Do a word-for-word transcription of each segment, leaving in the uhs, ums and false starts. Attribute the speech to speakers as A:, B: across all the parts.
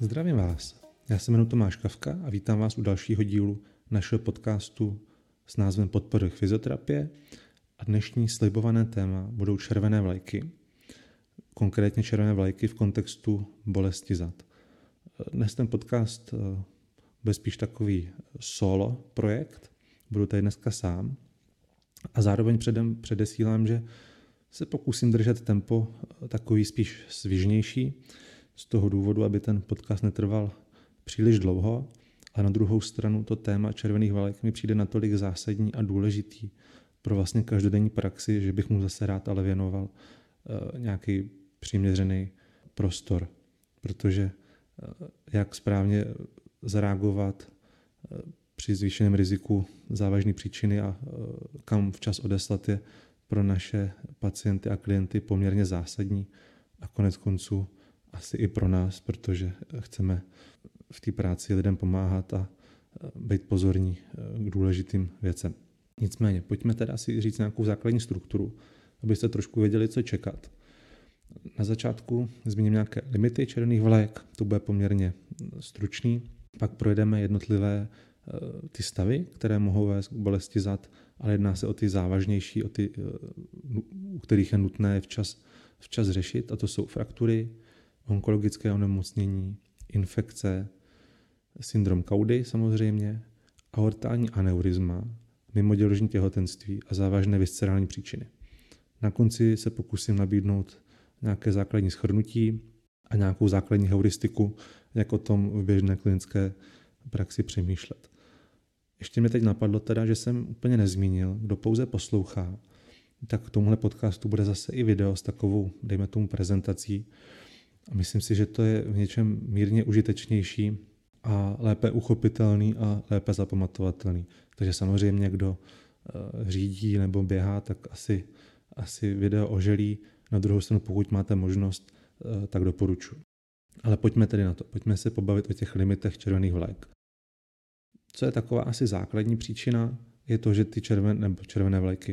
A: Zdravím vás, já se jmenuji Tomáš Kafka a vítám vás u dalšího dílu našeho podcastu s názvem Podporuch fyzioterapie a dnešní slibované téma budou červené vlajky, konkrétně červené vlajky v kontextu bolesti zad. Dnes ten podcast bude spíš takový solo projekt, budu tady dneska sám a zároveň předem předesílám, že se pokusím držet tempo takový spíš svižnější, z toho důvodu, aby ten podcast netrval příliš dlouho, a na druhou stranu to téma červených vlajek mi přijde natolik zásadní a důležitý pro vlastně každodenní praxi, že bych mu zase rád ale věnoval uh, nějaký přiměřený prostor, protože uh, jak správně zareagovat uh, při zvýšeném riziku závažné příčiny a uh, kam včas odeslat je pro naše pacienty a klienty poměrně zásadní a konec konců asi i pro nás, protože chceme v té práci lidem pomáhat a být pozorní k důležitým věcem. Nicméně, pojďme teda si říct nějakou základní strukturu, abyste trošku věděli, co čekat. Na začátku zmíním nějaké limity červených vlajek, to bude poměrně stručný, pak projedeme jednotlivé ty stavy, které mohou vést k bolesti zad, ale jedná se o ty závažnější, o ty, u kterých je nutné včas, včas řešit, a to jsou fraktury, onkologické onemocnění, infekce, syndrom kaudy samozřejmě, aortální aneurizma, mimoděložní těhotenství a závažné viscerální příčiny. Na konci se pokusím nabídnout nějaké základní shrnutí a nějakou základní heuristiku, jak o tom v běžné klinické praxi přemýšlet. Ještě mi teď napadlo teda, že jsem úplně nezmínil, kdo pouze poslouchá, tak k tomuhle podcastu bude zase i video s takovou, dejme tomu, prezentací. A myslím si, že to je v něčem mírně užitečnější a lépe uchopitelný a lépe zapamatovatelný. Takže samozřejmě, kdo řídí nebo běhá, tak asi, asi video oželí. Na druhou stranu, pokud máte možnost, tak doporučuji. Ale pojďme tedy na to. Pojďme se pobavit o těch limitech červených vlajek. Co je taková asi základní příčina, je to, že ty červené, nebo červené vlajky,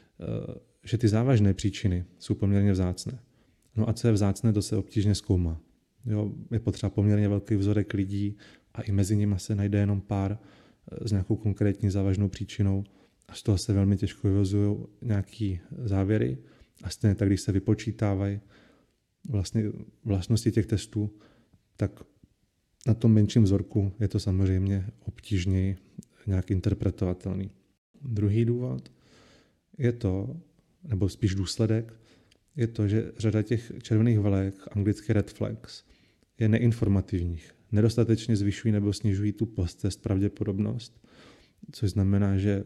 A: že ty závažné příčiny jsou poměrně vzácné. No a co je vzácné, to se obtížně zkoumá. Jo, je potřeba poměrně velký vzorek lidí a i mezi nimi se najde jenom pár s nějakou konkrétní závažnou příčinou a z toho se velmi těžko vyvozují nějaké závěry. A stejně tak, když se vypočítávají vlastně vlastnosti těch testů, tak na tom menším vzorku je to samozřejmě obtížněji nějak interpretovatelný. Druhý důvod je to, nebo spíš důsledek, je to, že řada těch červených vlajek, anglicky red flags, je neinformativních. Nedostatečně zvyšují nebo snižují tu post-test pravděpodobnost, což znamená, že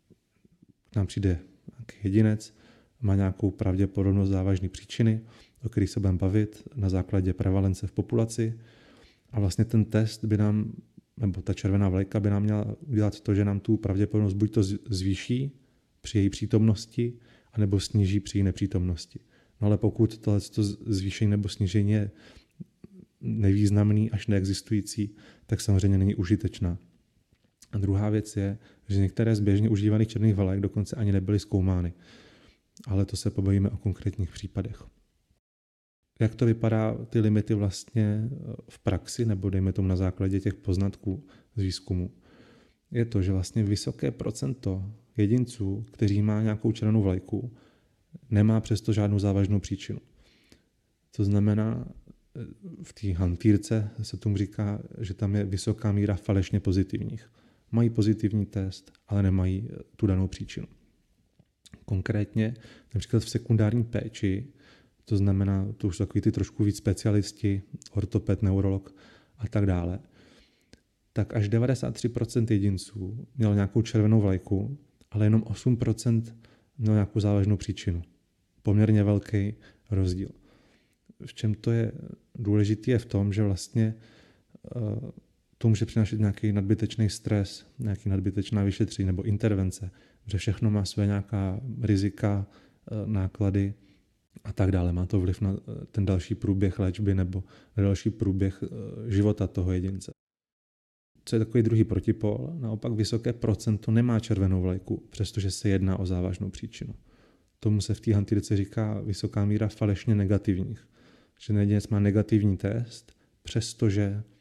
A: k nám přijde nějaký jedinec, má nějakou pravděpodobnost závažné příčiny, o kterých se budeme bavit na základě prevalence v populaci, a vlastně ten test by nám, nebo ta červená vlajka by nám měla udělat to, že nám tu pravděpodobnost buď to zvýší při její přítomnosti, anebo sníží při její nepřítomnosti. No ale pokud tohle zvýšení nebo snížení je nevýznamný až neexistující, tak samozřejmě není užitečná. A druhá věc je, že některé z běžně užívaných červených vlajek dokonce ani nebyly zkoumány. Ale to se pobavíme o konkrétních případech. Jak to vypadá ty limity vlastně v praxi, nebo dejme tomu na základě těch poznatků z výzkumu? Je to, že vlastně vysoké procento jedinců, kteří má nějakou červenou vlajku, nemá přesto žádnou závažnou příčinu. To znamená, v té hantýrce se tomu říká, že tam je vysoká míra falešně pozitivních. Mají pozitivní test, ale nemají tu danou příčinu. Konkrétně například v sekundární péči, to znamená, to už takový ty trošku víc specialisti, ortoped, neurolog a tak dále, tak až devadesát tři procent jedinců mělo nějakou červenou vlajku, ale jenom osm procent mělo nějakou závažnou příčinu. Poměrně velký rozdíl. V čem to je důležité je v tom, že vlastně uh, to může přinášet nějaký nadbytečný stres, nějaký nadbytečná vyšetření nebo intervence, že všechno má své nějaká rizika, uh, náklady a tak dále. Má to vliv na ten další průběh léčby nebo na další průběh uh, života toho jedince. Co je takový druhý protipol, naopak vysoké procento nemá červenou vlajku, přestože se jedná o závažnou příčinu. Tomu se v té hantýrce říká vysoká míra falešně negativních. Že jedinec má negativní test, přestože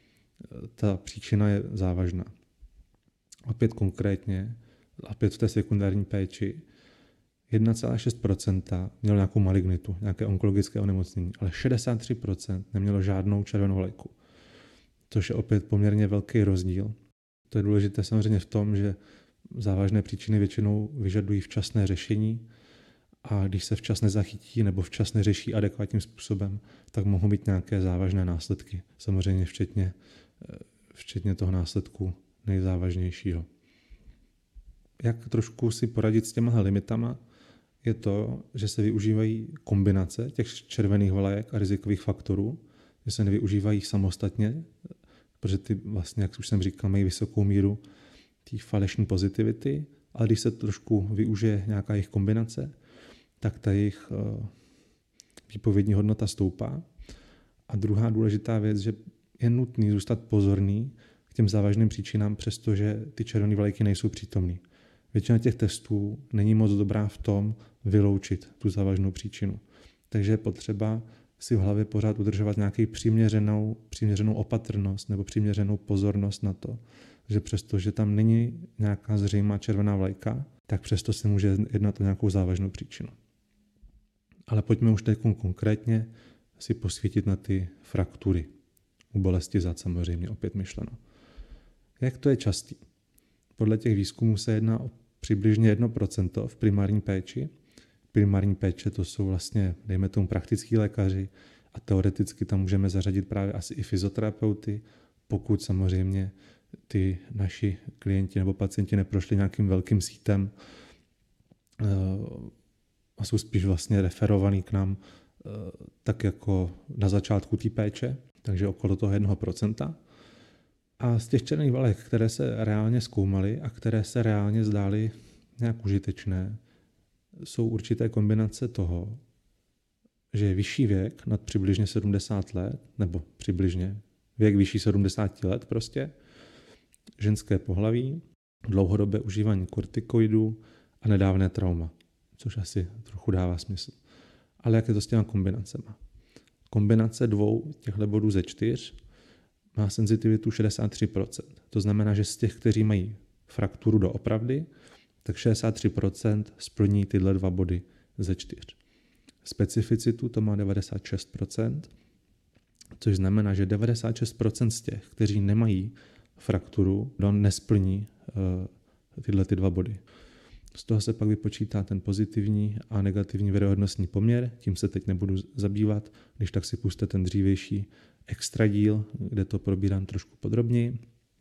A: ta příčina je závažná. Opět konkrétně, opět v té sekundární péči, jedna celá šest procenta mělo nějakou malignitu, nějaké onkologické onemocnění, ale šedesát tři procent nemělo žádnou červenou vlajku, což je opět poměrně velký rozdíl. To je důležité samozřejmě v tom, že závažné příčiny většinou vyžadují včasné řešení a když se včas nezachytí nebo včas neřeší adekvátním způsobem, tak mohou být nějaké závažné následky. Samozřejmě včetně, včetně toho následku nejzávažnějšího. Jak trošku si poradit s těma limitama, je to, že se využívají kombinace těch červených vlajek a rizikových faktorů, že se nevyužívají samostatně, protože ty vlastně, jak už jsem říkal, mají vysokou míru té falešné pozitivity, ale když se trošku využije nějaká jejich kombinace, tak ta jejich výpovědní hodnota stoupá. A druhá důležitá věc, že je nutný zůstat pozorný k těm závažným příčinám, přestože ty červené vlajky nejsou přítomné. Většina těch testů není moc dobrá v tom vyloučit tu závažnou příčinu. Takže je potřeba si v hlavě pořád udržovat nějakou přiměřenou, přiměřenou opatrnost nebo přiměřenou pozornost na to, že přesto, že tam není nějaká zřejmá červená vlajka, tak přesto se může jednat o nějakou závažnou příčinu. Ale pojďme už teď konkrétně si posvítit na ty fraktury. U bolesti zad samozřejmě opět myšleno. Jak to je častý? Podle těch výzkumů se jedná o přibližně jedno procento v primární péči. Primární péče to jsou vlastně, dejme tomu, praktický lékaři a teoreticky tam můžeme zařadit právě asi i fyzioterapeuty, pokud samozřejmě ty naši klienti nebo pacienti neprošli nějakým velkým sítem a jsou spíš vlastně referovaný k nám tak jako na začátku té péče, takže okolo toho jednoho procenta. A z těch černých vlajek, které se reálně zkoumaly a které se reálně zdály nějak užitečné, jsou určité kombinace toho, že je vyšší věk nad přibližně sedmdesát let, nebo přibližně věk vyšší sedmdesát let prostě, ženské pohlaví, dlouhodobé užívání kortikoidů a nedávné trauma, což asi trochu dává smysl. Ale jak je to s těma kombinacema? Kombinace dvou těchto bodů ze čtyř má senzitivitu šedesát tři procent. To znamená, že z těch, kteří mají frakturu doopravdy, tak šedesát tři procent splní tyhle dva body ze čtyř. Specificitu to má devadesát šest procent, což znamená, že devadesát šest procent z těch, kteří nemají frakturu, nesplní uh, tyhle ty dva body. Z toho se pak vypočítá ten pozitivní a negativní věrohodnostní poměr, tím se teď nebudu zabývat, když tak si pusťte ten dřívější extra díl, kde to probírám trošku podrobněji,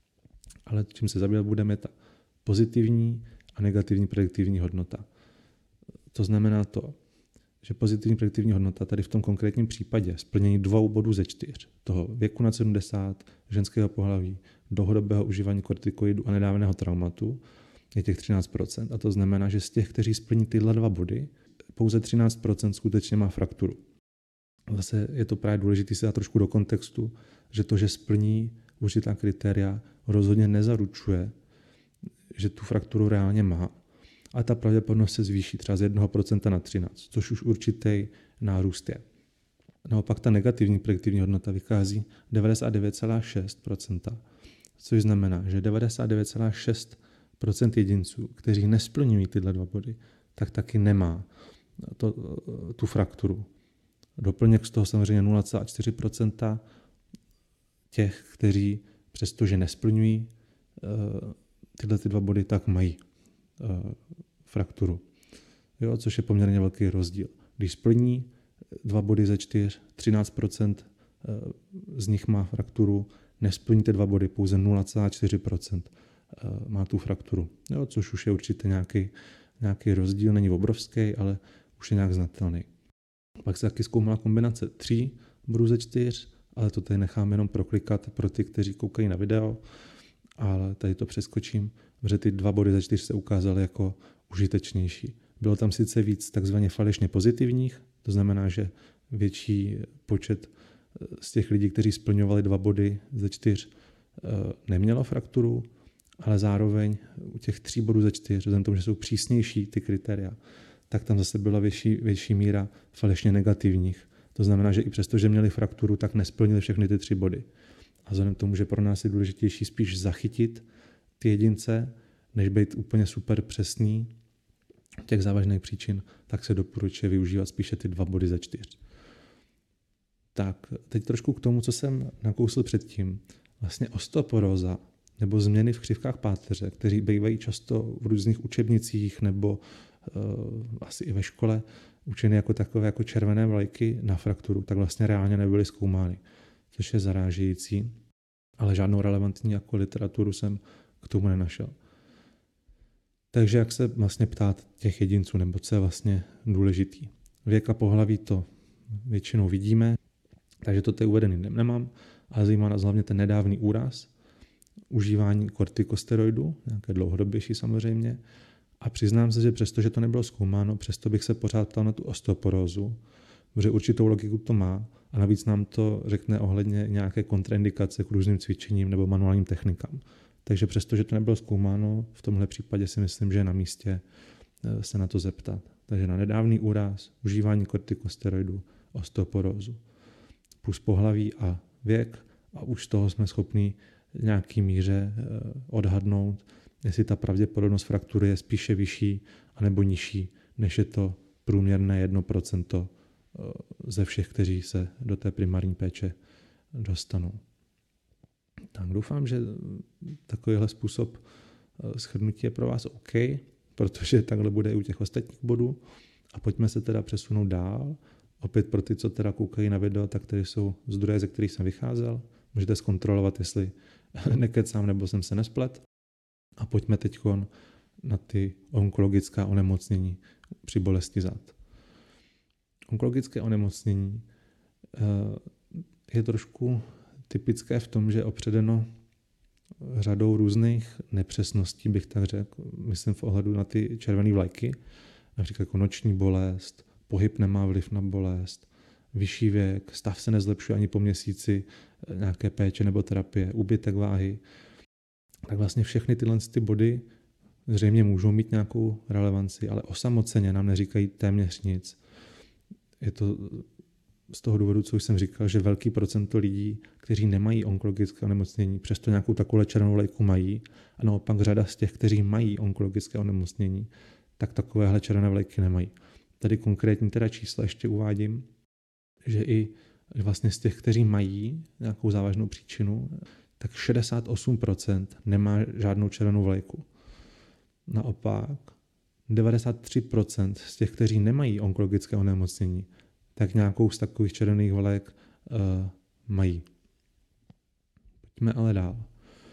A: ale čím se zabývat budeme, je ta pozitivní a negativní prediktivní hodnota. To znamená to, že pozitivní prediktivní hodnota tady v tom konkrétním případě splnění dvou bodů ze čtyř, toho věku nad sedmdesát, ženského pohlaví, dlouhodobého užívání kortikoidů a nedávného traumatu, je těch třináct procent. A to znamená, že z těch, kteří splní tyhle dva body, pouze třináct procent skutečně má frakturu. Zase je to právě důležité si dát trošku do kontextu, že to, že splní určitá kritéria, rozhodně nezaručuje, že tu frakturu reálně má. A ta pravděpodobnost se zvýší třeba z jednoho procenta na třináct procent, což už určitý nárůst je. Naopak ta negativní prediktivní hodnota vychází devadesát devět celá šest procenta, což znamená, že devadesát devět celá šest procent jedinců, kteří nesplňují tyhle dva body, tak taky nemá to, tu frakturu. Doplněk z toho samozřejmě nula celá čtyři procenta těch, kteří přestože nesplňují uh, tyhle ty dva body, tak mají uh, frakturu. Jo, což je poměrně velký rozdíl. Když splní dva body ze čtyř, třináct procent uh, z nich má frakturu, nesplníte dva body, pouze nula celá čtyři procenta uh, má tu frakturu. Jo, což už je určitě nějaký, nějaký rozdíl, není obrovský, ale už je nějak znatelný. Pak se taky zkoumala kombinace tří bodů ze čtyř, ale to tady nechám jenom proklikat pro ty, kteří koukají na video, ale tady to přeskočím, protože ty dva body ze čtyř se ukázaly jako užitečnější. Bylo tam sice víc takzvaně falešně pozitivních, to znamená, že větší počet z těch lidí, kteří splňovali dva body ze čtyř, nemělo frakturu, ale zároveň u těch tří bodů ze čtyř, vzhledem tomu, že jsou přísnější ty kritéria, tak tam zase byla větší, větší míra falešně negativních. To znamená, že i přesto, že měli frakturu, tak nesplnili všechny ty tři body. A vzhledem k tomu, že pro nás je důležitější spíš zachytit ty jedince, než být úplně super přesný těch závažných příčin, tak se doporučuje využívat spíše ty dva body ze čtyř. Tak, teď trošku k tomu, co jsem nakousl předtím. Vlastně osteoporóza nebo změny v křivkách páteře, které bývají často v různých učebnicích nebo uh, asi i ve škole učeny jako takové jako červené vlajky na frakturu, tak vlastně reálně nebyly zkoumány, což je zarážející, ale žádnou relevantní jako literaturu jsem k tomu nenašel. Takže jak se vlastně ptát těch jedinců, nebo co je vlastně důležitý. Věk a pohlaví to většinou vidíme, takže to tady uvedený nemám, ale zajímá nás hlavně ten nedávný úraz, užívání kortikosteroidu, nějaké dlouhodobější samozřejmě, a přiznám se, že přesto, že to nebylo zkoumáno, přesto bych se pořád ptal na tu osteoporózu, protože určitou logiku to má a navíc nám to řekne ohledně nějaké kontraindikace k různým cvičením nebo manuálním technikám. Takže přesto, že to nebylo zkoumáno, v tomhle případě si myslím, že je na místě se na to zeptat. Takže na nedávný úraz, užívání kortikosteroidu, osteoporózu, plus pohlaví a věk, a už z toho jsme schopni v nějaký míře odhadnout, jestli ta pravděpodobnost fraktury je spíše vyšší anebo nižší, než je to průměrné jedno procento ze všech, kteří se do té primární péče dostanou. Tak doufám, že takovýhle způsob shrnutí je pro vás OK, protože takhle bude i u těch ostatních bodů. A pojďme se teda přesunout dál. Opět pro ty, co teda koukají na video, tak tady jsou zdroje, ze kterých jsem vycházel. Můžete zkontrolovat, jestli nekecám nebo jsem se nesplet. A pojďme teď na ty onkologická onemocnění při bolesti zad. Onkologické onemocnění je trošku typické v tom, že je opředeno řadou různých nepřesností, bych tak řekl, myslím v ohledu na ty červené vlajky, například jako noční bolest, pohyb nemá vliv na bolest, vyšší věk, stav se nezlepšuje ani po měsíci, nějaké péče nebo terapie, úbytek váhy. Tak vlastně všechny tyhle ty body zřejmě můžou mít nějakou relevanci, ale osamoceně nám neříkají téměř nic. Je to z toho důvodu, co už jsem říkal, že velký procento lidí, kteří nemají onkologické onemocnění, přesto nějakou takovou červenou vlajku mají, a naopak řada z těch, kteří mají onkologické onemocnění, tak takovéhle červené vlajky nemají. Tady konkrétní teda čísla ještě uvádím, že i vlastně z těch, kteří mají nějakou závažnou příčinu, tak šedesát osm procent nemá žádnou červenou vlajku. Naopak devadesát tři procent z těch, kteří nemají onkologické onemocnění, tak nějakou z takových červených vlajek uh, mají. Pojďme ale dál.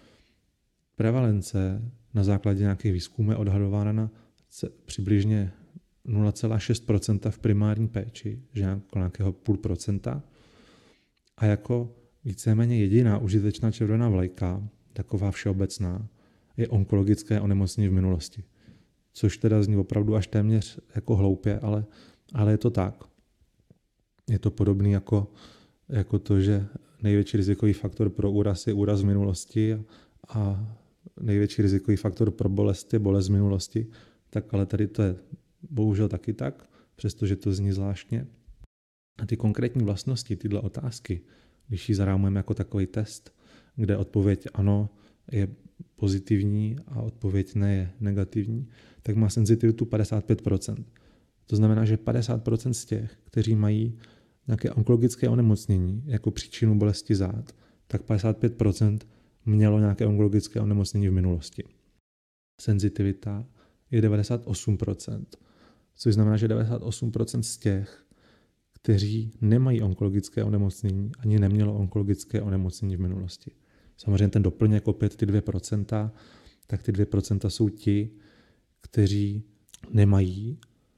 A: Prevalence na základě nějakých výzkumů je odhadována na přibližně nula celá šest procenta v primární péči, že jako nějakého půl procenta. A jako víceméně jediná užitečná červená vlajka, taková všeobecná, je onkologické onemocnění v minulosti. Což teda zní opravdu až téměř jako hloupě, ale, ale je to tak. Je to podobný jako, jako to, že největší rizikový faktor pro úraz je úraz v minulosti a, a největší rizikový faktor pro bolest je bolest z minulosti. Tak ale tady to je bohužel taky tak, přestože to zní zvláštně. A ty konkrétní vlastnosti, tyhle otázky, když ji zarámujeme jako takový test, kde odpověď ano je pozitivní a odpověď ne je negativní, tak má senzitivitu padesát pět procent. To znamená, že padesát procent z těch, kteří mají nějaké onkologické onemocnění jako příčinu bolesti zád, tak padesát pět procent mělo nějaké onkologické onemocnění v minulosti. Senzitivita je devadesát osm procent, což znamená, že devadesát osm procent z těch, kteří nemají onkologické onemocnění, ani nemělo onkologické onemocnění v minulosti. Samozřejmě ten doplněk opět ty dvě procenta, tak ty dvě procenta jsou ti, kteří nemají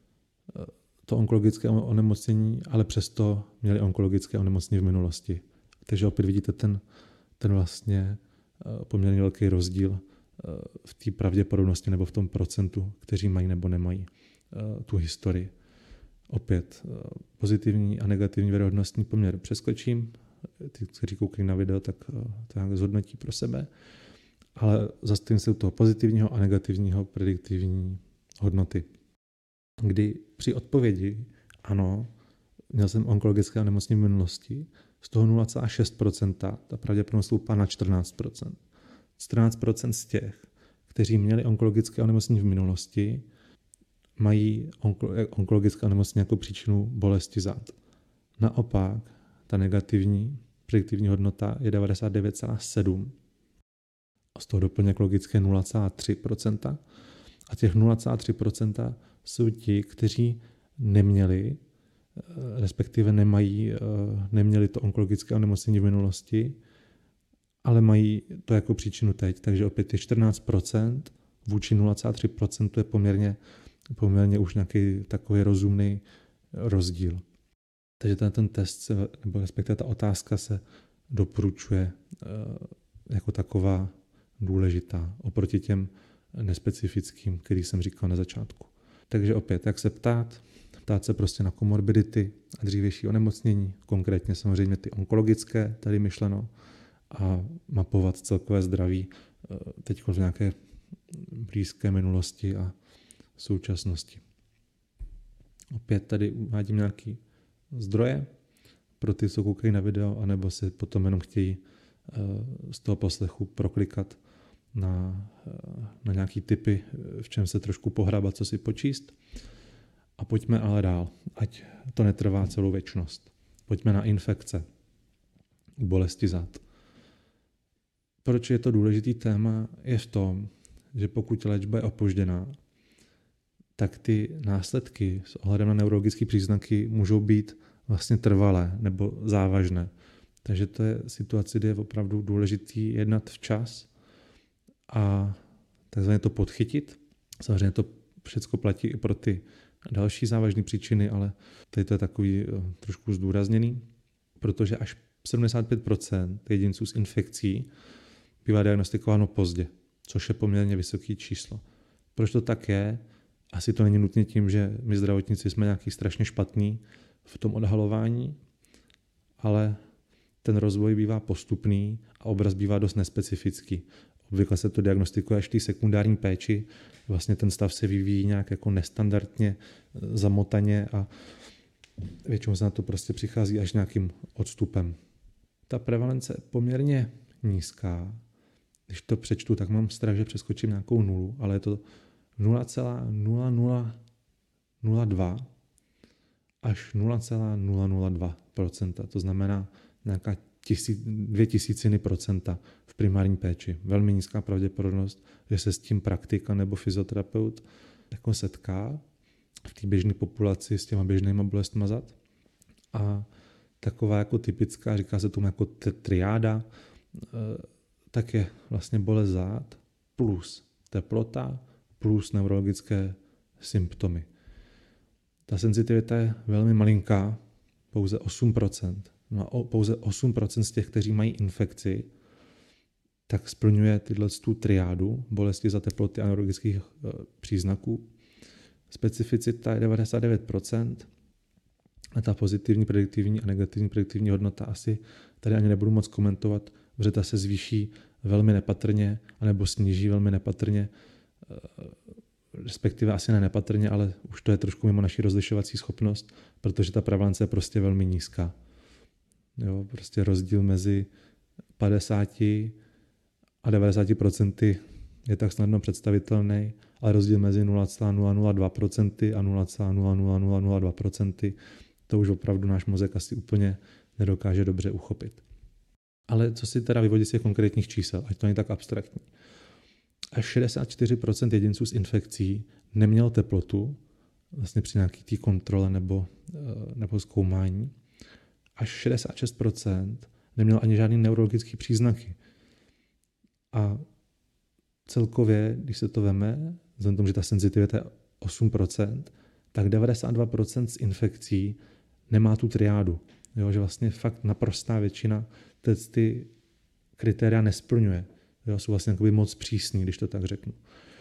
A: to onkologické onemocnění, ale přesto měli onkologické onemocnění v minulosti. Takže opět vidíte ten, ten vlastně poměrně velký rozdíl v té pravděpodobnosti nebo v tom procentu, kteří mají nebo nemají tu historii. Opět pozitivní a negativní věrohodnostní poměr přeskočím. Ty, kteří koukají na video, tak to nějak zhodnotí pro sebe. Ale zastavím se u toho pozitivního a negativního prediktivní hodnoty. Kdy při odpovědi ano, měl jsem onkologické onemocnění v minulosti, z toho nula celá šest procenta ta pravděpodobnost stoupá na čtrnáct procent. čtrnáct procent z těch, kteří měli onkologické onemocnění v minulosti, mají onkologické onemocnění jako příčinu bolesti zad. Naopak, ta negativní prediktivní hodnota je devadesát devět celá sedm a z toho doplněk logické nula celá tři procenta. A těch nula celá tři procenta jsou ti, kteří neměli, respektive nemají, neměli to onkologické onemocnění v minulosti, ale mají to jako příčinu teď. Takže opět je čtrnáct procent vůči nula celá tři procenta je poměrně, poměrně už nějaký takový rozumný rozdíl. Takže ten, ten test, se, nebo respektive ta otázka se doporučuje jako taková důležitá oproti těm nespecifickým, který jsem říkal na začátku. Takže opět, jak se ptát? Ptát se prostě na komorbidity a dřívější onemocnění, konkrétně samozřejmě ty onkologické, tady myšleno, a mapovat celkové zdraví teď v nějaké blízké minulosti a současnosti. Opět tady uvádím nějaký zdroje pro ty, co koukají na video, anebo si potom jenom chtějí z toho poslechu proklikat na, na nějaký typy, v čem se trošku pohrabat, co si počíst. A pojďme ale dál, ať to netrvá celou věčnost. Pojďme na infekce u bolesti zad. Proč je to důležitý téma, je v tom, že pokud léčba je opožděná, tak ty následky s ohledem na neurologické příznaky můžou být vlastně trvalé nebo závažné. Takže to je situace, kde je opravdu důležitý jednat včas a takzvaně to podchytit. Samozřejmě to všechno platí i pro ty další závažné příčiny, ale tady to je takový trošku zdůrazněný, protože až sedmdesát pět procent jedinců s infekcí bývá diagnostikováno pozdě, což je poměrně vysoké číslo. Proč to tak je? Asi to není nutně tím, že my zdravotníci jsme nějaký strašně špatní v tom odhalování, ale ten rozvoj bývá postupný a obraz bývá dost nespecifický. Obvykle se to diagnostikuje až v té sekundární péči. Vlastně ten stav se vyvíjí nějak jako nestandardně, zamotaně a většinou se na to prostě přichází až nějakým odstupem. Ta prevalence je poměrně nízká. Když to přečtu, tak mám strach, že přeskočím nějakou nulu, ale je to nula celá nula nula nula dva až nula celá nula nula dva procenta. To znamená nějaká tisí, dvě tisíciny procenta v primární péči. Velmi nízká pravděpodobnost, že se s tím praktika nebo fyzioterapeut jako setká v té běžné populaci s těma běžnýma bolestma zad. A taková jako typická, říká se tomu jako triáda, tak je vlastně bolest zad plus teplota plus neurologické symptomy. Ta senzitivita je velmi malinká, pouze osm procent. No a pouze osm procent z těch, kteří mají infekci, tak splňuje tyhle tu triádu bolesti za teploty a neurologických e, příznaků. Specificita je devadesát devět procent a ta pozitivní prediktivní a negativní prediktivní hodnota asi tady ani nebudu moc komentovat, protože ta se zvýší velmi nepatrně anebo sníží velmi nepatrně, e, respektive asi ne nepatrně, ale už to je trošku mimo naši rozlišovací schopnost, protože ta prevalence je prostě velmi nízká. Jo, prostě rozdíl mezi padesáti a devadesáti procenty je tak snadno představitelný, ale rozdíl mezi nula celá nula nula dva procenta a nula celá nula nula nula nula dva procenta to už opravdu náš mozek asi úplně nedokáže dobře uchopit. Ale co si teda vyvodit z těch konkrétních čísel, ať to není tak abstraktní. Až šedesát čtyři procent jedinců s infekcí nemělo teplotu, vlastně při nějaké té kontrole nebo, nebo zkoumání, až šedesát šest procent nemělo ani žádný neurologický příznaky. A celkově, když se to veme, vzhledem k tomu, že ta senzitivita je osm procent, tak devadesát dva procent z infekcí nemá tu triádu. Jo, že vlastně fakt naprostá většina ty kritéria nesplňuje. Jo, jsou vlastně moc přísní, když to tak řeknu.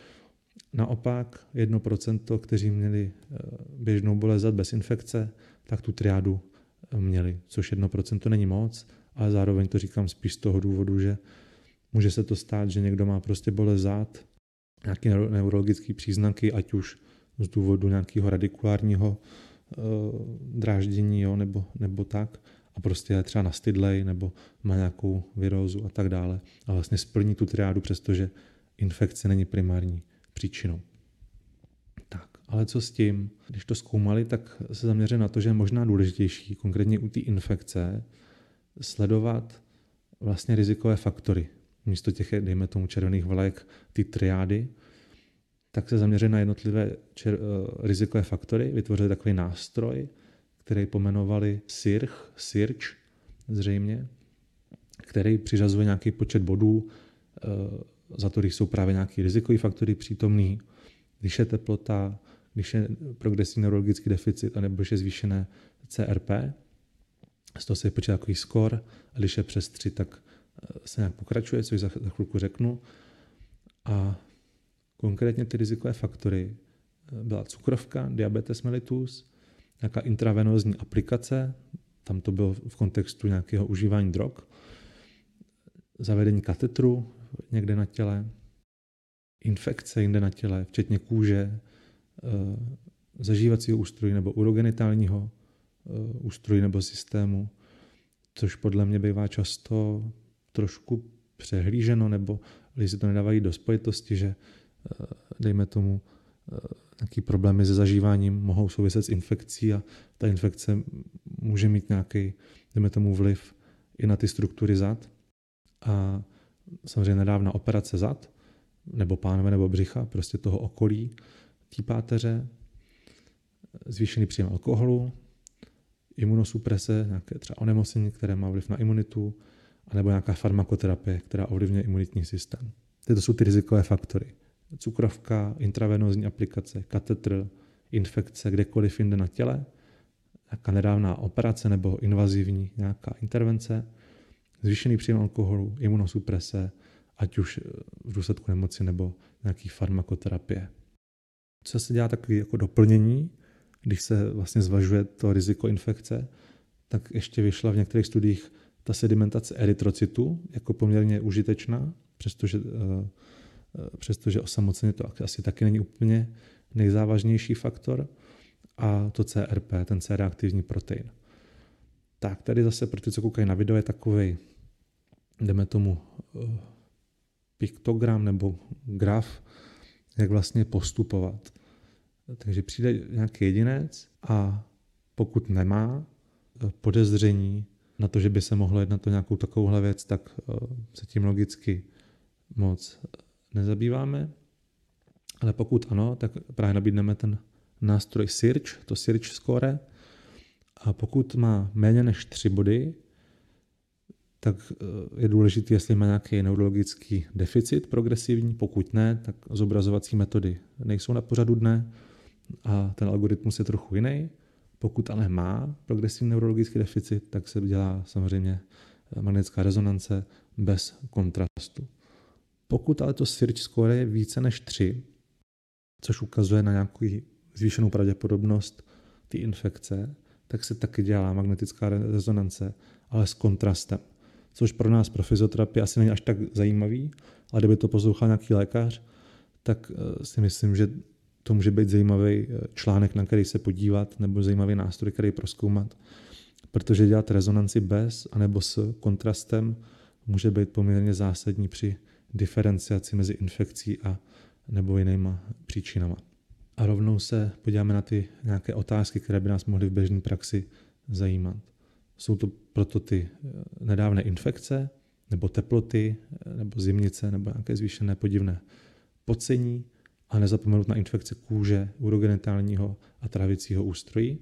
A: Naopak jedno procento, kteří měli běžnou bolest zad bez infekce, tak tu triádu měli, což jedno procento není moc, ale zároveň to říkám spíš z toho důvodu, že může se to stát, že někdo má prostě bolest zad, nějaké neurologické příznaky, ať už z důvodu nějakého radikulárního uh, dráždění, jo, nebo, nebo tak, a prostě je třeba nastydlej nebo má nějakou virózu a tak dále a vlastně splní tu triádu, přestože infekce není primární příčinou. Tak, ale co s tím? Když to zkoumali, tak se zaměřili na to, že je možná důležitější, konkrétně u té infekce, sledovat vlastně rizikové faktory. Místo těch, dejme tomu, červených vlajek, ty triády, tak se zaměřili na jednotlivé čer, uh, rizikové faktory, vytvořili takový nástroj, který pomenovali S I R C, S I R C zřejmě, který přiřazuje nějaký počet bodů uh, za to, když jsou právě nějaké rizikové faktory přítomný, když je teplota, když je progresivní neurologický deficit, anebo když je zvýšené C R P. Z toho se vypočítá takový skor, a když je přes tři, tak se nějak pokračuje, což za, za chvilku řeknu. A konkrétně ty rizikové faktory byla cukrovka, diabetes mellitus, nějaká intravenózní aplikace, tam to bylo v kontextu nějakého užívání drog, zavedení katetru někde na těle, infekce jinde na těle, včetně kůže, zažívacího ústrojí nebo urogenitálního ústrojí nebo systému, což podle mě bývá často trošku přehlíženo, nebo lidi si to nedávají do spojitosti, že dejme tomu nějaký problémy se zažíváním mohou souviset s infekcí a ta infekce může mít nějaký, dejme tomu, vliv i na ty struktury zad. A samozřejmě nedávna operace zad, nebo pánve, nebo břicha, prostě toho okolí, té páteře, zvýšený příjem alkoholu, imunosuprese, nějaké třeba onemocnění, které má vliv na imunitu, anebo nějaká farmakoterapie, která ovlivňuje imunitní systém. Tyto jsou ty rizikové faktory. Cukrovka, intravenózní aplikace, katetr, infekce kdekoliv jinde na těle, nějaká nedávná operace nebo invazivní nějaká intervence, zvýšený příjem alkoholu, imunosuprese, ať už v důsledku nemoci nebo nějaký farmakoterapie. Co se dělá takové jako doplnění, když se vlastně zvažuje to riziko infekce, tak ještě vyšla v některých studiích ta sedimentace erytrocytu jako poměrně užitečná, přestože, přestože osamoceně to asi taky není úplně nejzávažnější faktor, a to C R P, ten C-reaktivní protein. Tak tady zase pro ty, co koukají na video, je takovej, jdeme tomu, piktogram nebo graf, jak vlastně postupovat. Takže přijde nějaký jedinec a pokud nemá podezření na to, že by se mohlo jednat o nějakou takovouhle věc, tak se tím logicky moc nezabýváme. Ale pokud ano, tak právě nabídneme ten nástroj S I R C, to S I R C score. A pokud má méně než tři body, tak je důležité, jestli má nějaký neurologický deficit progresivní. Pokud ne, tak zobrazovací metody nejsou na pořadu dne a ten algoritmus je trochu jiný. Pokud ale má progresivní neurologický deficit, tak se dělá samozřejmě magnetická rezonance bez kontrastu. Pokud ale to S I R C score je více než tři, což ukazuje na nějakou zvýšenou pravděpodobnost té infekce, tak se taky dělá magnetická rezonance, ale s kontrastem. Což pro nás, pro fyzioterapii, asi není až tak zajímavý, ale kdyby to poslouchal nějaký lékař, tak si myslím, že to může být zajímavý článek, na který se podívat, nebo zajímavý nástroj, který prozkoumat, protože dělat rezonanci bez anebo s kontrastem může být poměrně zásadní při diferenciaci mezi infekcí a nebo jinýma příčinama. A rovnou se podíváme na ty nějaké otázky, které by nás mohly v běžné praxi zajímat. Jsou to proto ty nedávné infekce, nebo teploty, nebo zimnice, nebo nějaké zvýšené podivné pocení, a nezapomenout na infekce kůže, urogenitálního a trávicího ústrojí.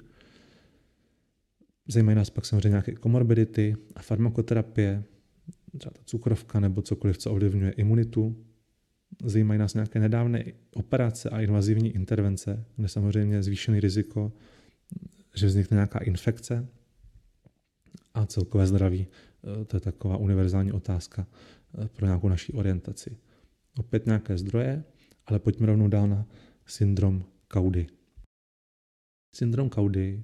A: Zajímají nás pak samozřejmě nějaké komorbidity a farmakoterapie, třeba ta cukrovka nebo cokoliv, co ovlivňuje imunitu. Zajímají nás nějaké nedávné operace a invazivní intervence, kde samozřejmě je zvýšený riziko, že vznikne nějaká infekce, a celkové zdraví. To je taková univerzální otázka pro nějakou naší orientaci. Opět nějaké zdroje, ale pojďme rovnou dál na syndrom kaudy. Syndrom kaudy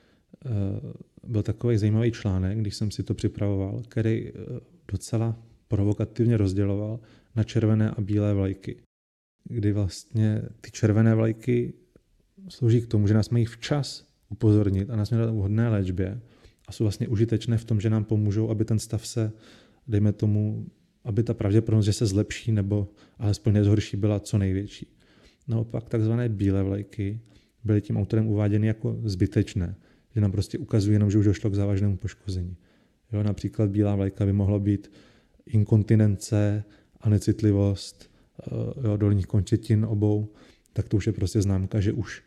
A: byl takový zajímavý článek, když jsem si to připravoval, který docela provokativně rozděloval na červené a bílé vlajky. Kdy vlastně ty červené vlajky slouží k tomu, že nás mají včas upozornit a nás mají dát vhodné léčbě. a jsou vlastně užitečné v tom, že nám pomůžou, aby ten stav se, dejme tomu, aby ta pravděpodobnost, že se zlepší nebo alespoň nezhorší, byla co největší. Naopak takzvané bílé vlajky byly tím autorem uváděny jako zbytečné, že nám prostě ukazují jenom, že už došlo k závažnému poškození. Jo, například bílá vlajka by mohla být inkontinence a necitlivost jo, dolních končetin obou, tak to už je prostě známka, že už,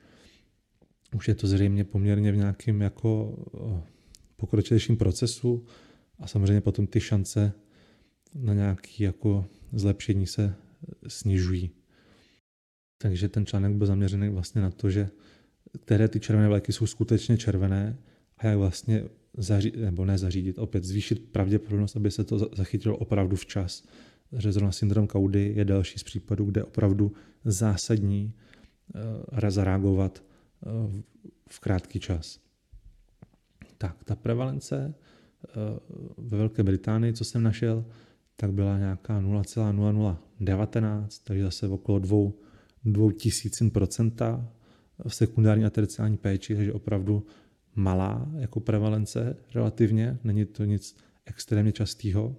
A: už je to zřejmě poměrně v nějakém jako pokročilejším procesu a samozřejmě potom ty šance na nějaké jako zlepšení se snižují. Takže ten článek byl zaměřený vlastně na to, že které ty červené vlajky jsou skutečně červené a jak vlastně zařídit, nebo ne zařídit, opět zvýšit pravděpodobnost, aby se to zachytilo opravdu včas. Že zrovna syndrom kaudy je další z případů, kde opravdu zásadní uh, zareagovat uh, v krátký čas. Tak, ta prevalence uh, ve Velké Británii, co jsem našel, tak byla nějaká nula celá nula nula jedna devět, takže zase okolo dvou, dvou tisícin procenta v sekundární a terciární péči, takže opravdu malá jako prevalence relativně, není to nic extrémně častého,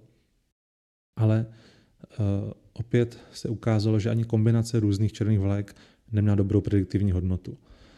A: ale uh, opět se ukázalo, že ani kombinace různých červených vlajek neměla dobrou prediktivní hodnotu.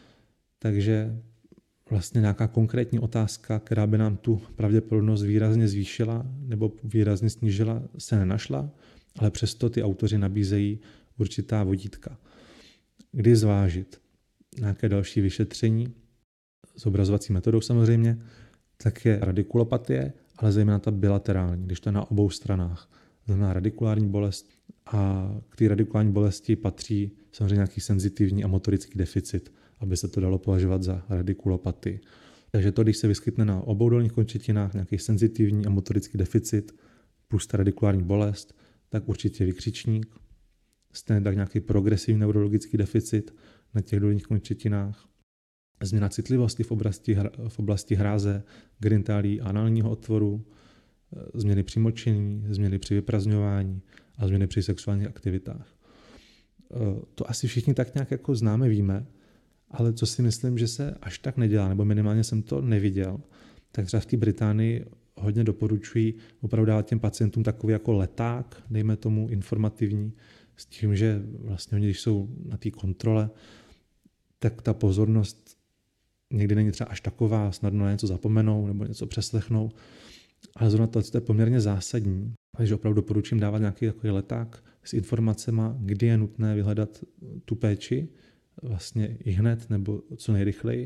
A: Takže vlastně nějaká konkrétní otázka, která by nám tu pravděpodobnost výrazně zvýšila nebo výrazně snížila, se nenašla, ale přesto ty autoři nabízejí určitá vodítka. Kdy zvážit nějaké další vyšetření, zobrazovací metodou samozřejmě, tak je radikulopatie, ale zejména ta bilaterální, když to je na obou stranách. Znamená radikulární bolest a k té radikulární bolesti patří samozřejmě nějaký senzitivní a motorický deficit, aby se to dalo považovat za radikulopatii. Takže to, když se vyskytne na obou dolních končetinách nějaký senzitivní a motorický deficit plus ta radikulární bolest, tak určitě vykřičník. Stejně tak nějaký progresivní neurologický deficit na těch dolních končetinách. Změna citlivosti v oblasti, v oblasti hráze, genitálí a análního otvoru, změny při močení, změny při vyprazňování a změny při sexuálních aktivitách. To asi všichni tak nějak jako známe, víme, ale co si myslím, že se až tak nedělá, nebo minimálně jsem to neviděl, tak třeba v té Británii hodně doporučují opravdu dávat těm pacientům takový jako leták, dejme tomu informativní, s tím, že vlastně oni, když jsou na té kontrole, tak ta pozornost někdy není třeba až taková, snadno něco zapomenou nebo něco přeslechnou, ale zrovna to je poměrně zásadní, takže opravdu doporučím dávat nějaký takový leták s informacemi, kdy je nutné vyhledat tu péči, vlastně i hned nebo co nejrychleji.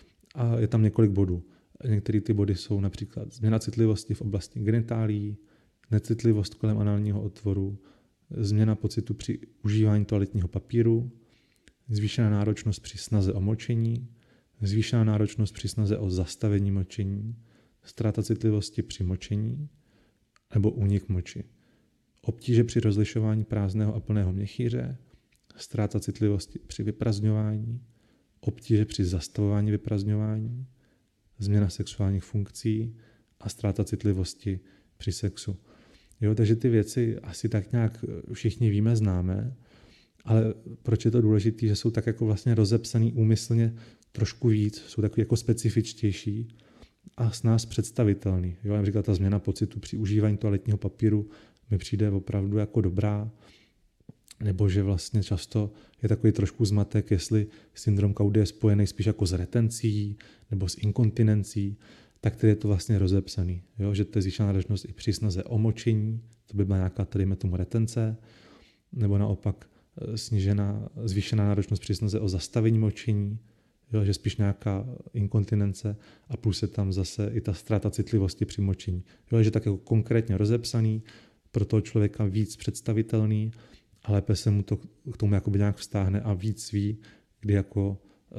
A: A je tam několik bodů. Některé ty body jsou například změna citlivosti v oblasti genitálí, necitlivost kolem análního otvoru, změna pocitu při užívání toaletního papíru, zvýšená náročnost při snaze o močení, zvýšená náročnost při snaze o zastavení močení, ztráta citlivosti při močení nebo únik moči, obtíže při rozlišování prázdného a plného měchýře, ztráta citlivosti při vyprazňování, obtíže při zastavování vyprazňování, změna sexuálních funkcí a ztráta citlivosti při sexu. Jo, takže ty věci asi tak nějak všichni víme, známe, ale proč je to důležité, že jsou tak jako vlastně rozepsaný úmyslně trošku víc, jsou takový jako specifičtější a s nás představitelný. Jo, například ta změna pocitu při užívání toaletního papíru mi přijde opravdu jako dobrá, nebo že vlastně často je takový trošku zmatek, jestli syndrom kaudy je spojený spíš jako s retencí nebo s inkontinencí, tak tady je to vlastně rozepsaný. Jo? Že to je zvýšená náročnost i při snaze o močení, to by byla nějaká tady tomu retence, nebo naopak snížená, zvýšená náročnost při snaze o zastavení močení, jo? Že spíš nějaká inkontinence a plus je tam zase i ta ztráta citlivosti při močení. Jo? Že tak jako konkrétně rozepsaný, pro toho člověka víc představitelný, a lépe se mu to k tomu jakoby nějak vztáhne a víc ví, kdy jako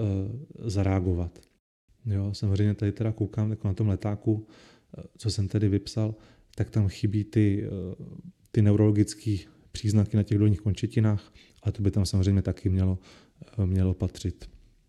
A: e, zareagovat. Jo, samozřejmě tady teda koukám jako na tom letáku, co jsem tedy vypsal, tak tam chybí ty, ty neurologické příznaky na těch dolních končetinách, ale to by tam samozřejmě taky mělo, mělo patřit.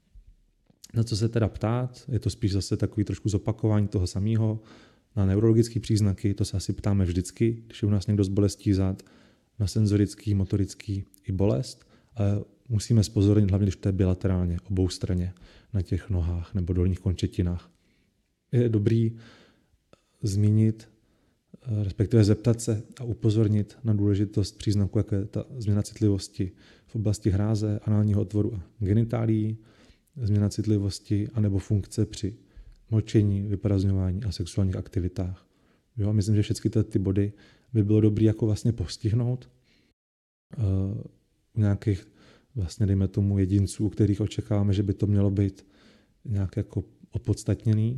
A: Na co se teda ptát, je to spíš zase takový trošku zopakování toho samého. Na neurologické příznaky, to se asi ptáme vždycky, když je u nás někdo s bolestí zad, na senzorický, motorický i bolest, ale musíme zpozornit, hlavně když to je bilaterálně, obou straně, na těch nohách nebo dolních končetinách. je dobrý zmínit, respektive zeptat se a upozornit na důležitost příznaků, jako je ta změna citlivosti v oblasti hráze, análního otvoru a genitálií, změna citlivosti anebo funkce při močení, vyprazňování a sexuálních aktivitách. Jo, myslím, že všechny ty body by bylo dobré jako vlastně postihnout uh, u nějakých vlastně, dejme tomu, jedinců, u kterých očekáváme, že by to mělo být nějak jako opodstatněný.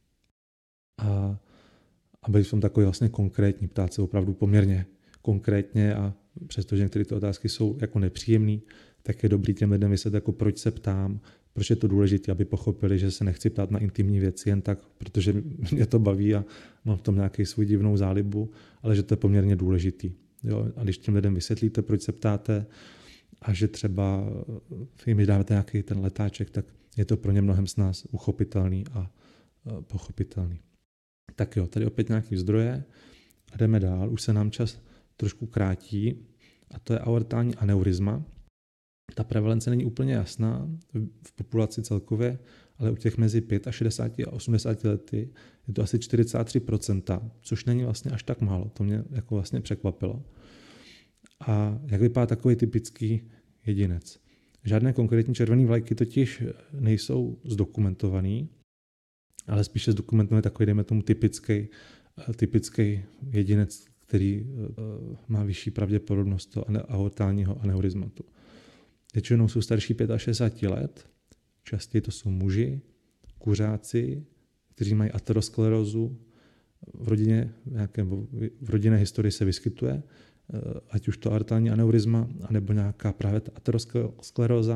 A: A, a být v tom takový vlastně konkrétní, ptát se opravdu poměrně konkrétně a přestože některé ty otázky jsou jako nepříjemný, tak je dobrý těm lidem vysvětlit, jako proč se ptám, proč je to důležité, aby pochopili, že se nechci ptát na intimní věci jen tak, protože mě to baví a mám v tom nějaký svůj divnou zálibu, ale že to je poměrně důležitý. Jo? A když těm lidem vysvětlíte, proč se ptáte a že třeba jim dáváte nějaký ten letáček, tak je to pro ně mnohem s nás uchopitelný a pochopitelný. Tak jo, tady opět nějaký zdroje a jdeme dál. Už se nám čas trošku krátí a to je aortální aneurizma. Ta prevalence není úplně jasná v populaci celkově, ale u těch mezi šedesáti pěti a osmdesáti lety je to asi čtyřicet tři procent, což není vlastně až tak málo. To mě jako vlastně překvapilo. A jak vypadá takový typický jedinec? Žádné konkrétní červené vlajky totiž nejsou zdokumentovaný, ale spíše zdokumentujeme takový, dejme tomu, typický, typický jedinec, který má vyšší pravděpodobnost toho aortálního aneurizmatu. Většinou jsou starší šedesát pět let, častěji to jsou muži, kuřáci, kteří mají aterosklerózu. V rodině, nějaké, v rodinné historii se vyskytuje, ať už to aortální aneurizma, anebo nějaká právě ta ateroskleróza.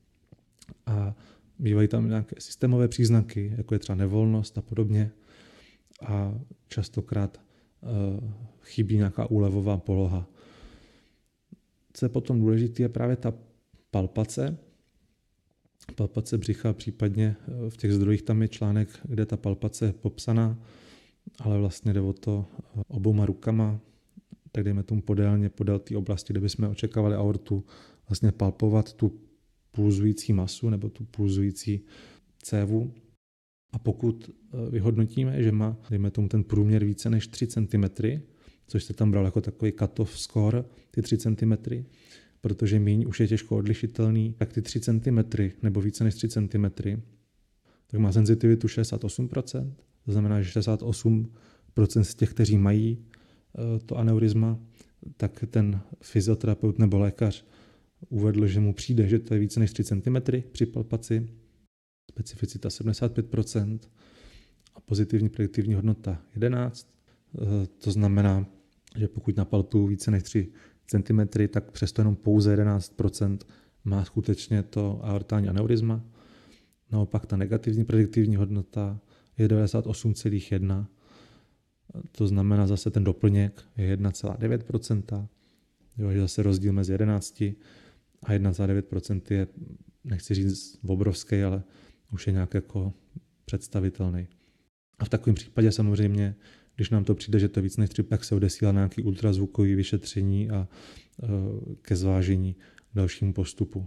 A: A bývají tam nějaké systémové příznaky, jako je třeba nevolnost a podobně. A častokrát uh, chybí nějaká úlevová poloha. Co je potom důležité, je právě ta palpace. Palpace břicha, případně v těch zdrojích tam je článek, kde ta palpace je popsaná, ale vlastně jde o to obouma rukama, tak dejme tomu podélně, podél té oblasti, kde bychom očekávali aortu, vlastně palpovat tu pulzující masu nebo tu pulzující cévu. A pokud vyhodnotíme, že má, dejme tomu, ten průměr více než tři centimetry, což se tam bral jako takový cut-off score, ty tři centimetry, protože míň už je těžko odlišitelný, tak ty tři centimetry nebo více než tři centimetry, tak má senzitivitu šedesát osm procent, to znamená, že šedesát osm procent z těch, kteří mají to aneurizma, tak ten fyzioterapeut nebo lékař uvedl, že mu přijde, že to je více než tři centimetry při palpaci, specificita sedmdesát pět procent a pozitivní prediktivní hodnota jedenáct. To znamená, že pokud napalpuju více než tři centimetry, tak přesto jenom pouze jedenáct procent má skutečně to aortální aneurizma. Naopak ta negativní prediktivní hodnota je devadesát osm celá jedna. To znamená zase ten doplněk je jedna celá devět procenta. Jo, že zase rozdíl mezi jedenácti a jedna celá devět procent je, nechci říct obrovský, ale už je nějak jako představitelný. A v takovém případě samozřejmě, když nám to přijde, že to je víc než tři, tak se odesílá na nějaké ultrazvukové vyšetření a uh, ke zvážení dalšímu postupu.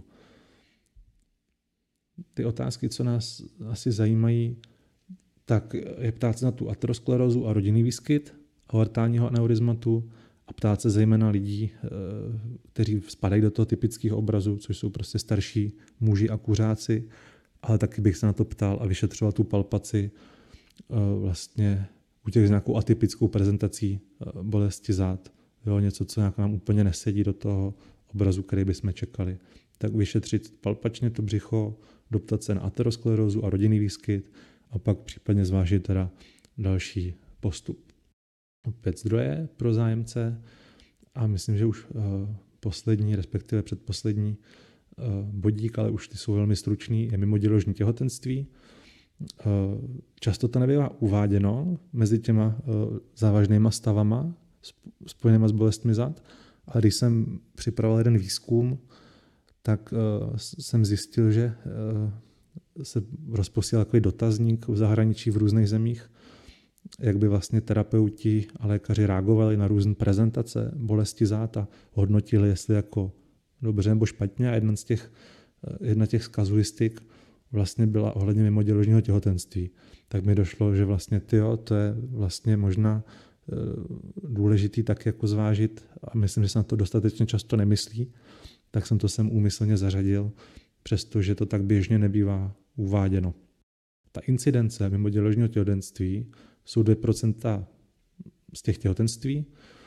A: Ty otázky, co nás asi zajímají, tak je ptát se na tu aterosklerózu a rodinný výskyt aortálního aneurizmatu a ptát se zejména lidí, kteří spadají do toho typického obrazu, což jsou prostě starší muži a kuřáci, ale taky bych se na to ptal a vyšetřoval tu palpaci vlastně u těch s nějakou atypickou prezentací bolesti zád. Jo, něco, co nějak nám úplně nesedí do toho obrazu, který bychom čekali. Tak vyšetřit palpačně to břicho, doptat se na aterosklerózu a rodinný výskyt a pak případně zvážit teda další postup. Opět zdroje pro zájemce a myslím, že už uh, poslední, respektive předposlední uh, bodík, ale už ty jsou velmi stručný, je mimoděložní těhotenství. Uh, často to nebývá uváděno mezi těma uh, závažnýma stavama spojenýma s bolestmi zad, ale když jsem připravoval jeden výzkum, tak uh, jsem zjistil, že uh, se rozposílal takový dotazník v zahraničí v různých zemích, jak by vlastně terapeuti a lékaři reagovali na různé prezentace bolesti zád a hodnotili, jestli jako dobře nebo špatně. A jedna z těch, jedna těch z kazuistik vlastně byla ohledně mimoděložního těhotenství. Tak mi došlo, že vlastně tyjo, to je vlastně možná důležitý tak jako zvážit a myslím, že se na to dostatečně často nemyslí, tak jsem to sem úmyslně zařadil, přestože to tak běžně nebývá uváděno. Ta incidence mimoděložního těhotenství jsou dvě procenta z těch těhotenství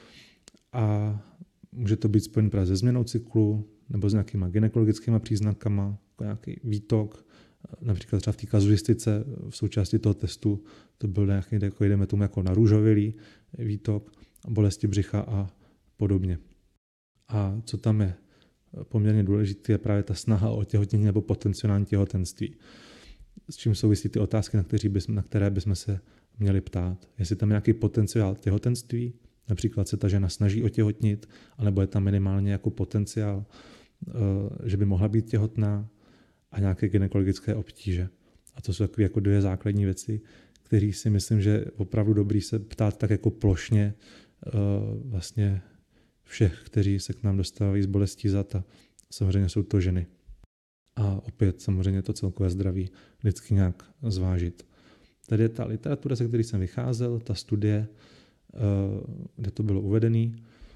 A: a může to být spojen právě se změnou cyklu nebo s nějakýma gynekologickými příznakama, jako nějaký výtok, například třeba v té kazuistice v součásti toho testu to byl nějaký, jako jdeme tomu jako narůžovilý výtok, bolesti břicha a podobně. A co tam je poměrně důležité, je právě ta snaha o otěhotnění nebo potenciální těhotenství. S čím souvisí ty otázky, na, bychom, na které bychom se měli ptát. Jestli tam je nějaký potenciál těhotenství, například se ta žena snaží otěhotnit, anebo je tam minimálně jako potenciál, že by mohla být těhotná, a nějaké gynekologické obtíže. A to jsou takové jako dvě základní věci, které si myslím, že je opravdu dobrý se ptát tak jako plošně vlastně všech, kteří se k nám dostávají z bolestí zad a samozřejmě jsou to ženy. A opět samozřejmě to celkové zdraví vždycky nějak zvážit. Tady je ta literatura, se který jsem vycházel, ta studie, kde to bylo uvedené.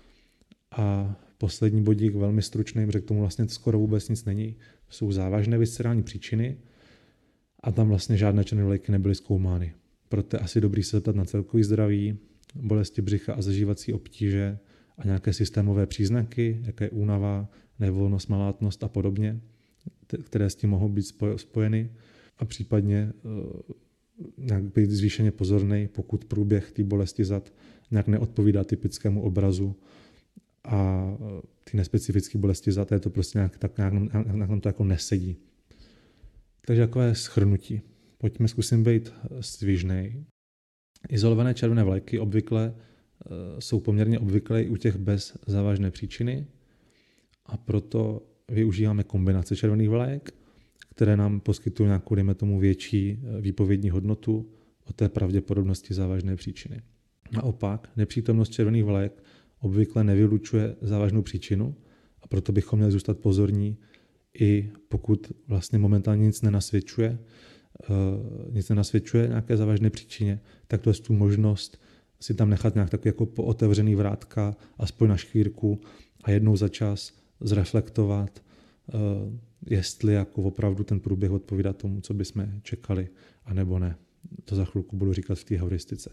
A: A poslední bodík, velmi stručný, protože k tomu vlastně skoro vůbec nic není. Jsou závažné viscerální příčiny a tam vlastně žádné červené vlejky nebyly zkoumány. Proto je asi dobrý se zeptat na celkový zdraví, bolesti břicha a zažívací obtíže a nějaké systémové příznaky, jaké je únava, nevolnost, malátnost a podobně, které s tím mohou být spojeny a případně nějak být zvýšeně pozorný, pokud průběh té bolesti zad nějak neodpovídá typickému obrazu a ty nespecifické bolesti zad, je to prostě nějak, tak nějak, nějak nám to jako nesedí. Takže takové shrnutí. Pojďme zkusím být svižnej. Izolované červené vlejky obvykle jsou poměrně obvyklé u těch bez závažné příčiny a proto využíváme kombinace červených vlajek, které nám poskytují nějakou, dejme tomu, větší výpovědní hodnotu o té pravděpodobnosti závažné příčiny. Naopak, nepřítomnost červených vlajek obvykle nevylučuje závažnou příčinu a proto bychom měli zůstat pozorní, i pokud vlastně momentálně nic nenasvědčuje, nic nenasvědčuje nějaké závažné příčině, tak to je tu možnost si tam nechat nějak takový jako pootevřený vrátka, aspoň na škvírku a jednou za čas zreflektovat, jestli jako opravdu ten průběh odpovídá tomu, co bychom čekali, anebo ne. To za chvilku budu říkat v té heuristice.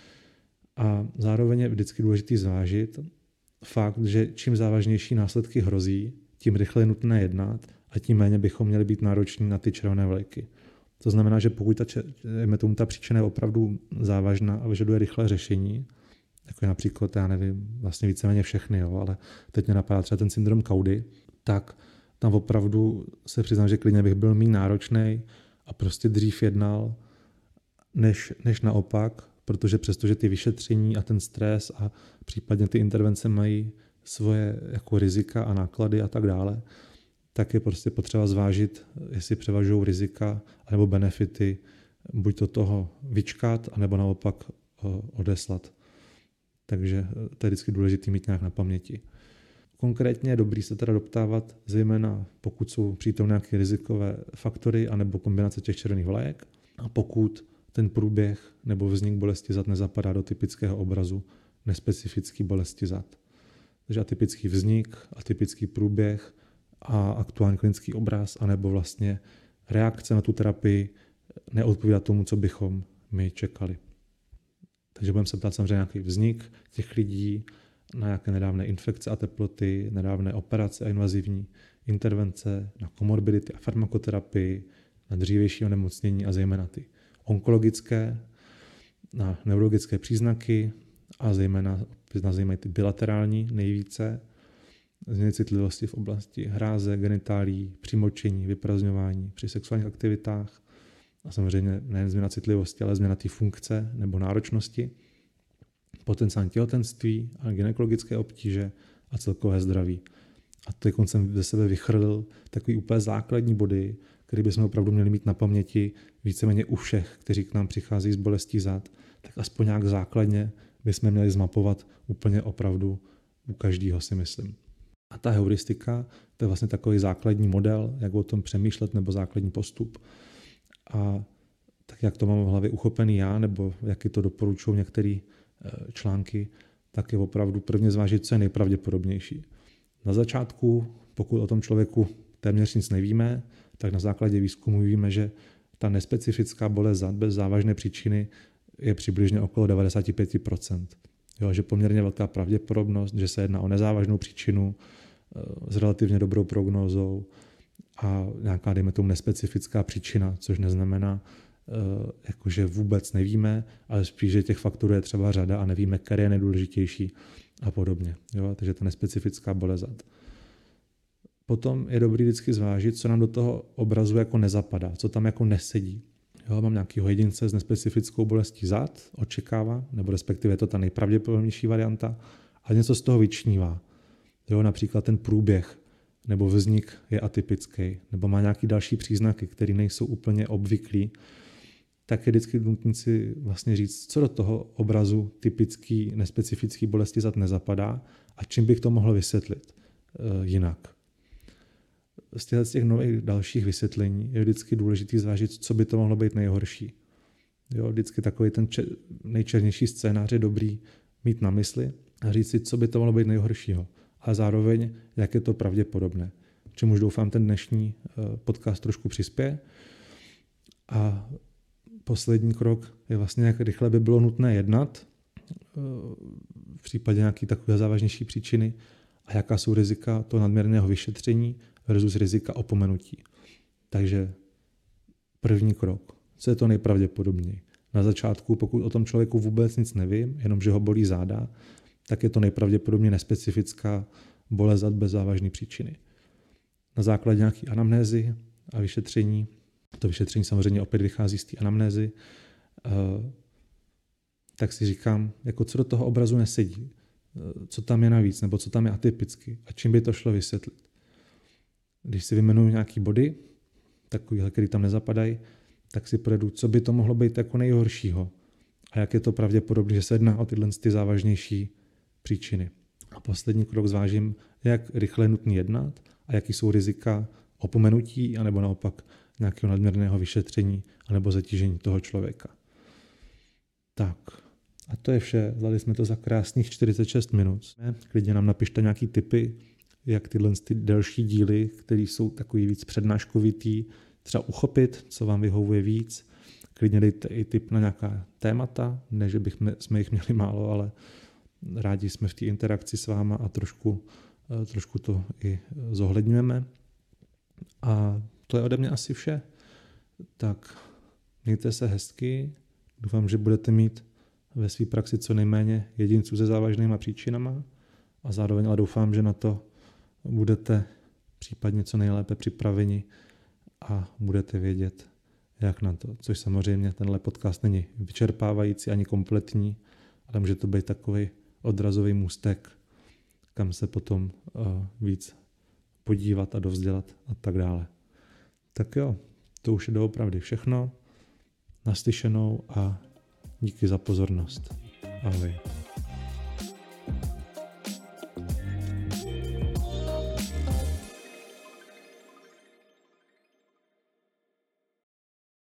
A: A zároveň je vždycky důležité zvážit fakt, že čím závažnější následky hrozí, tím rychleji nutné jednat a tím méně bychom měli být nároční na ty červené vlejky. To znamená, že pokud ta, tomu, ta příčina je opravdu závažná a vyžaduje rychlé řešení, jako je například, já nevím, vlastně víceméně všechny, jo, ale teď mě napadá třeba ten syndrom kaudy, tak tam opravdu se přiznám, že klidně bych byl méně náročnej a prostě dřív jednal, než, než naopak, protože přestože ty vyšetření a ten stres a případně ty intervence mají svoje jako rizika a náklady a tak dále, tak je prostě potřeba zvážit, jestli převažují rizika nebo benefity, buď to toho vyčkat, anebo naopak odeslat. Takže to je vždycky důležité mít nějak na paměti. Konkrétně je dobrý se teda doptávat, zejména pokud jsou přítomné nějaké rizikové faktory anebo kombinace těch červených vlajek a pokud ten průběh nebo vznik bolesti zad nezapadá do typického obrazu nespecifický bolesti zad. Takže atypický vznik, atypický průběh a aktuální klinický obraz, anebo vlastně reakce na tu terapii neodpovídá tomu, co bychom my čekali. Takže budeme se ptát samozřejmě nějaký vznik těch lidí, na nějaké nedávné infekce a teploty, nedávné operace a invazivní intervence, na komorbidity a farmakoterapii, na dřívější onemocnění a zejména ty onkologické, na neurologické příznaky a zejména nazývají ty bilaterální nejvíce, změny citlivosti v oblasti hráze, genitálí, přimočení, vyprazňování při sexuálních aktivitách a samozřejmě nejen změna citlivosti, ale změna té funkce nebo náročnosti, potenciální těhotenství a gynekologické obtíže a celkové zdraví. A teď jsem ze sebe vychrlil takový úplně základní body, které bychom opravdu měli mít na paměti víceméně u všech, kteří k nám přichází z bolestí zad, tak aspoň nějak základně bychom měli zmapovat úplně opravdu u každého, si myslím. A ta heuristika, to je vlastně takový základní model, jak o tom přemýšlet, nebo základní postup. A tak jak to mám v hlavě uchopený já, nebo jak to doporučují některé články, tak je opravdu prvně zvážit, co je nejpravděpodobnější. Na začátku, pokud o tom člověku téměř nic nevíme, tak na základě výzkumu víme, že ta nespecifická bolest zad bez závažné příčiny je přibližně okolo devadesát pět procent. Jo, že poměrně velká pravděpodobnost, že se jedná o nezávažnou příčinu s relativně dobrou prognózou a nějaká, dejme tomu, nespecifická příčina, což neznamená, jakože vůbec nevíme, ale spíš, že těch faktorů je třeba řada a nevíme, který je nejdůležitější a podobně. Jo, takže ta nespecifická bolest zad. Potom je dobrý vždycky zvážit, co nám do toho obrazu jako nezapadá, co tam jako nesedí. Jo, mám nějakého jedince s nespecifickou bolestí zad, očekává, nebo respektive je to ta nejpravděpodobnější varianta, a něco z toho vyčnívá. Jo, například ten průběh nebo vznik je atypický, nebo má nějaký další příznaky, které nejsou úplně obvyklý, tak je vždycky nutné si vlastně říct, co do toho obrazu typický nespecifický bolesti zad nezapadá a čím bych to mohl vysvětlit e, jinak. Z těchto těch nových dalších vysvětlení je vždycky důležité zvážit, co by to mohlo být nejhorší. Jo, vždycky takový ten če- nejčernější scénář je dobrý mít na mysli a říct si, co by to mohlo být nejhoršího. A zároveň, jak je to pravděpodobné. Čemuž doufám, ten dnešní podcast trošku přispěje. A poslední krok je vlastně, jak rychle by bylo nutné jednat v případě nějaké takové závažnější příčiny a jaká jsou rizika toho nadměrného vyšetření versus rizika opomenutí. Takže první krok. Co je to nejpravděpodobněji? Na začátku, pokud o tom člověku vůbec nic nevím, jenom že ho bolí záda, tak je to nejpravděpodobně nespecifická bolest zad bez závažné příčiny. Na základě nějaké anamnézy a vyšetření, to vyšetření samozřejmě opět vychází z té anamnézy, tak si říkám, jako co do toho obrazu nesedí, co tam je navíc, nebo co tam je atypicky a čím by to šlo vysvětlit. Když si vyjmenuju nějaký body, takovýhle, který tam nezapadají, tak si projedu, co by to mohlo být jako nejhoršího a jak je to pravděpodobné, že se jedná o tyhle ty závažnější příčiny. A poslední krok zvážím, jak rychle je nutný jednat a jaký jsou rizika opomenutí anebo naopak nějakého nadměrného vyšetření anebo zatížení toho člověka. Tak, a to je vše. Zvládli jsme to za krásných čtyřicet šest minut. Klidně nám napište nějaký tipy, jak tyhle ty delší díly, které jsou takový víc přednáškovitý, třeba uchopit, co vám vyhovuje víc. Klidně dejte i tip na nějaká témata, ne, že bychom jsme jich měli málo, ale rádi jsme v té interakci s váma a trošku, trošku to i zohledňujeme. A to je ode mě asi vše. Tak mějte se hezky. Doufám, že budete mít ve své praxi co nejméně jedinců se závažnýma příčinama a zároveň ale doufám, že na to budete případně co nejlépe připraveni a budete vědět, jak na to. Což samozřejmě tenhle podcast není vyčerpávající ani kompletní, ale může to být takový odrazový můstek, kam se potom uh, víc podívat a dovzdělat a tak dále. Tak jo, to už je doopravdy všechno. Naslyšenou a díky za pozornost. Ahoj.